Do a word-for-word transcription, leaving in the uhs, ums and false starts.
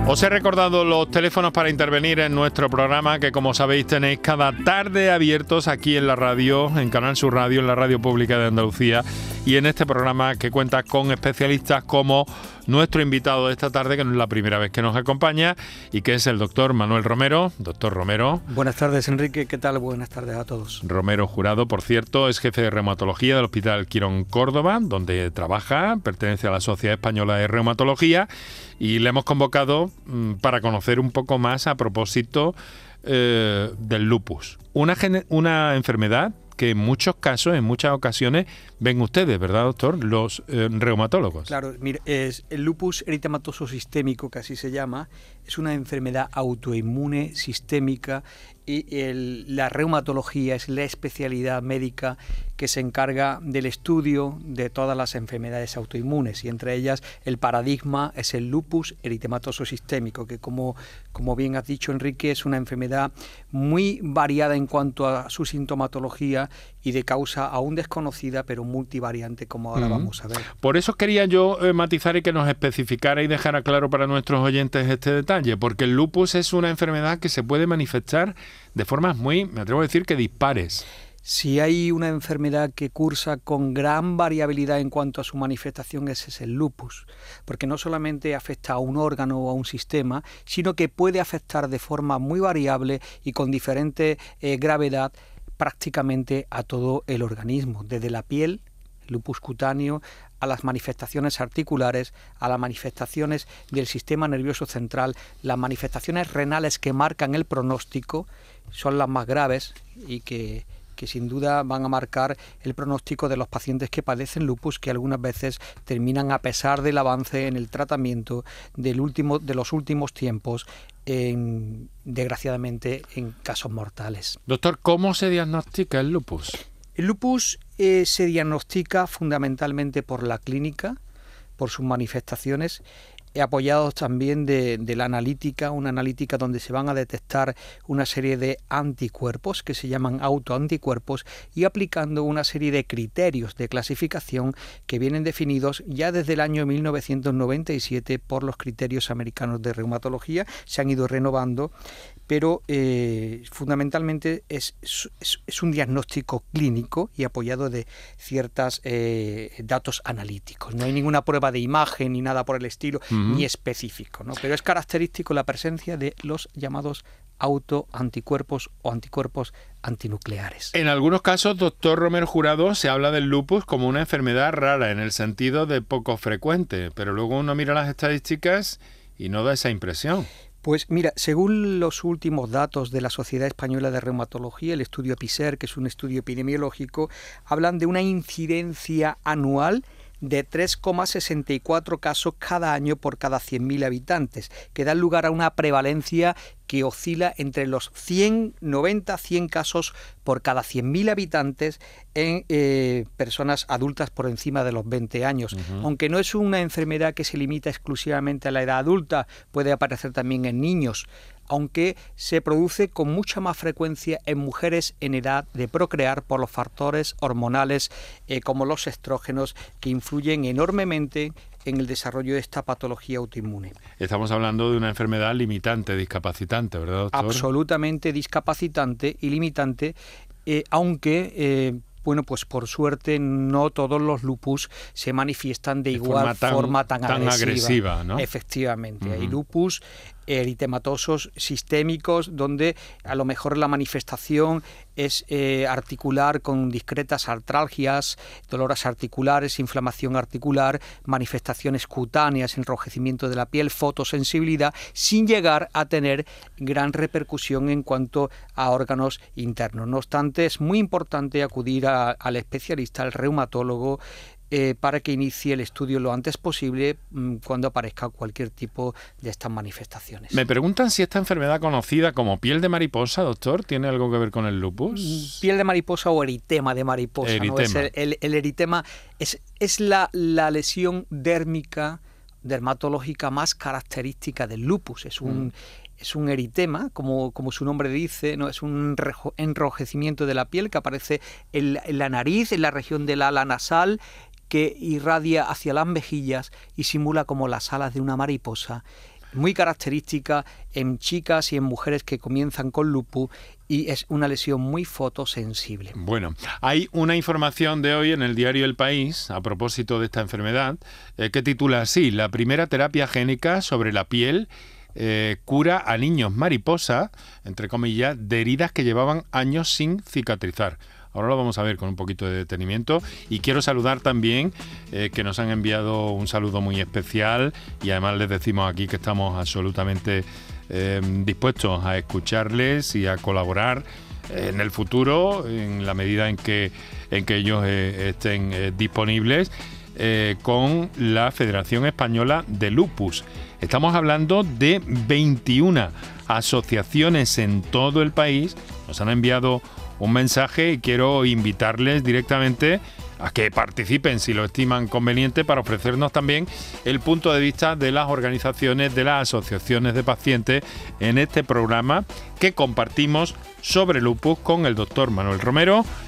Os he recordado los teléfonos para intervenir en nuestro programa, que como sabéis tenéis cada tarde abiertos aquí en la radio, en Canal Sur Radio, en la Radio Pública de Andalucía, y en este programa que cuenta con especialistas como nuestro invitado de esta tarde, que no es la primera vez que nos acompaña, y que es el doctor Manuel Romero. Doctor Romero. Buenas tardes, Enrique. ¿Qué tal? Buenas tardes a todos. Romero Jurado, por cierto, es jefe de reumatología del Hospital Quirón Córdoba, donde trabaja, pertenece a la Sociedad Española de Reumatología, y le hemos convocado mmm, para conocer un poco más a propósito eh, del lupus. Una, una enfermedad que en muchos casos, en muchas ocasiones, ven ustedes, ¿verdad, doctor? Los eh, reumatólogos. Claro, mire, es el lupus eritematoso sistémico, que así se llama, es una enfermedad autoinmune sistémica, y el, la reumatología es la especialidad médica que se encarga del estudio de todas las enfermedades autoinmunes, y entre ellas el paradigma es el lupus eritematoso sistémico, que como, como bien has dicho, Enrique, es una enfermedad muy variada en cuanto a su sintomatología y de causa aún desconocida, pero multivariante, como ahora uh-huh. vamos a ver. Por eso quería yo eh, matizar y que nos especificara y dejara claro para nuestros oyentes este detalle, porque el lupus es una enfermedad que se puede manifestar de formas muy, me atrevo a decir, que dispares. Si hay una enfermedad que cursa con gran variabilidad en cuanto a su manifestación, ese es el lupus, porque no solamente afecta a un órgano o a un sistema, sino que puede afectar de forma muy variable y con diferente eh, gravedad prácticamente a todo el organismo, desde la piel, lupus cutáneo, a las manifestaciones articulares, a las manifestaciones del sistema nervioso central. Las manifestaciones renales que marcan el pronóstico son las más graves y que, que sin duda van a marcar el pronóstico de los pacientes que padecen lupus, que algunas veces terminan, a pesar del avance en el tratamiento del último, de los últimos tiempos, en, desgraciadamente en casos mortales. Doctor, ¿cómo se diagnostica el lupus? El lupus eh, se diagnostica fundamentalmente por la clínica, por sus manifestaciones, apoyados también de, de la analítica, una analítica donde se van a detectar una serie de anticuerpos que se llaman autoanticuerpos, y aplicando una serie de criterios de clasificación que vienen definidos ya desde el año mil novecientos noventa y siete por los criterios americanos de reumatología. Se han ido renovando, pero eh, fundamentalmente es, es, es un diagnóstico clínico y apoyado de ciertos eh, datos analíticos. No hay ninguna prueba de imagen ni nada por el estilo, uh-huh. ni específico, ¿no? Pero es característico la presencia de los llamados autoanticuerpos o anticuerpos antinucleares. En algunos casos, doctor Romero Jurado, se habla del lupus como una enfermedad rara, en el sentido de poco frecuente, pero luego uno mira las estadísticas y no da esa impresión. Pues mira, según los últimos datos de la Sociedad Española de Reumatología, el estudio PISER, que es un estudio epidemiológico, hablan de una incidencia anual de tres coma sesenta y cuatro casos cada año por cada cien mil habitantes, que dan lugar a una prevalencia que oscila entre los cien, noventa, cien casos por cada cien mil habitantes en eh, personas adultas por encima de los veinte años. Uh-huh. Aunque no es una enfermedad que se limita exclusivamente a la edad adulta, puede aparecer también en niños, aunque se produce con mucha más frecuencia en mujeres en edad de procrear por los factores hormonales eh, como los estrógenos, que influyen enormemente en el desarrollo de esta patología autoinmune. Estamos hablando de una enfermedad limitante, discapacitante, ¿verdad, doctor? Absolutamente discapacitante y limitante, eh, aunque... Eh, Bueno, pues por suerte no todos los lupus se manifiestan de, de igual forma tan, forma tan, tan agresiva, agresiva, ¿no? Efectivamente, uh-huh. Hay lupus eritematosos sistémicos donde a lo mejor la manifestación es eh, articular con discretas artralgias, dolores articulares, inflamación articular, manifestaciones cutáneas, enrojecimiento de la piel, fotosensibilidad, sin llegar a tener gran repercusión en cuanto a órganos internos. No obstante, es muy importante acudir a, al especialista, al reumatólogo, Eh, para que inicie el estudio lo antes posible mmm, cuando aparezca cualquier tipo de estas manifestaciones. Me preguntan si esta enfermedad conocida como piel de mariposa, doctor, ¿tiene algo que ver con el lupus? Piel de mariposa o eritema de mariposa. Eritema. ¿No? Es el, el, el eritema es, es la, la lesión dérmica, dermatológica más característica del lupus. Es un... Mm. Es un eritema, como, como su nombre dice, ¿no? Es un enrojecimiento de la piel que aparece en, en la nariz, en la región del ala nasal, que irradia hacia las mejillas y simula como las alas de una mariposa muy característica en chicas y en mujeres que comienzan con lupus, y es una lesión muy fotosensible. Bueno, hay una información de hoy en el diario El País a propósito de esta enfermedad eh, que titula así: la primera terapia génica sobre la piel eh, cura a niños mariposa, entre comillas, de heridas que llevaban años sin cicatrizar. Ahora lo vamos a ver con un poquito de detenimiento, y quiero saludar también eh, que nos han enviado un saludo muy especial, y además les decimos aquí que estamos absolutamente eh, dispuestos a escucharles y a colaborar eh, en el futuro, en la medida en que, en que ellos eh, estén eh, disponibles, eh, con la Federación Española de Lupus. Estamos hablando de veintiuna asociaciones en todo el país. Nos han enviado un mensaje y quiero invitarles directamente a que participen si lo estiman conveniente, para ofrecernos también el punto de vista de las organizaciones, de las asociaciones de pacientes en este programa que compartimos sobre lupus con el doctor Manuel Romero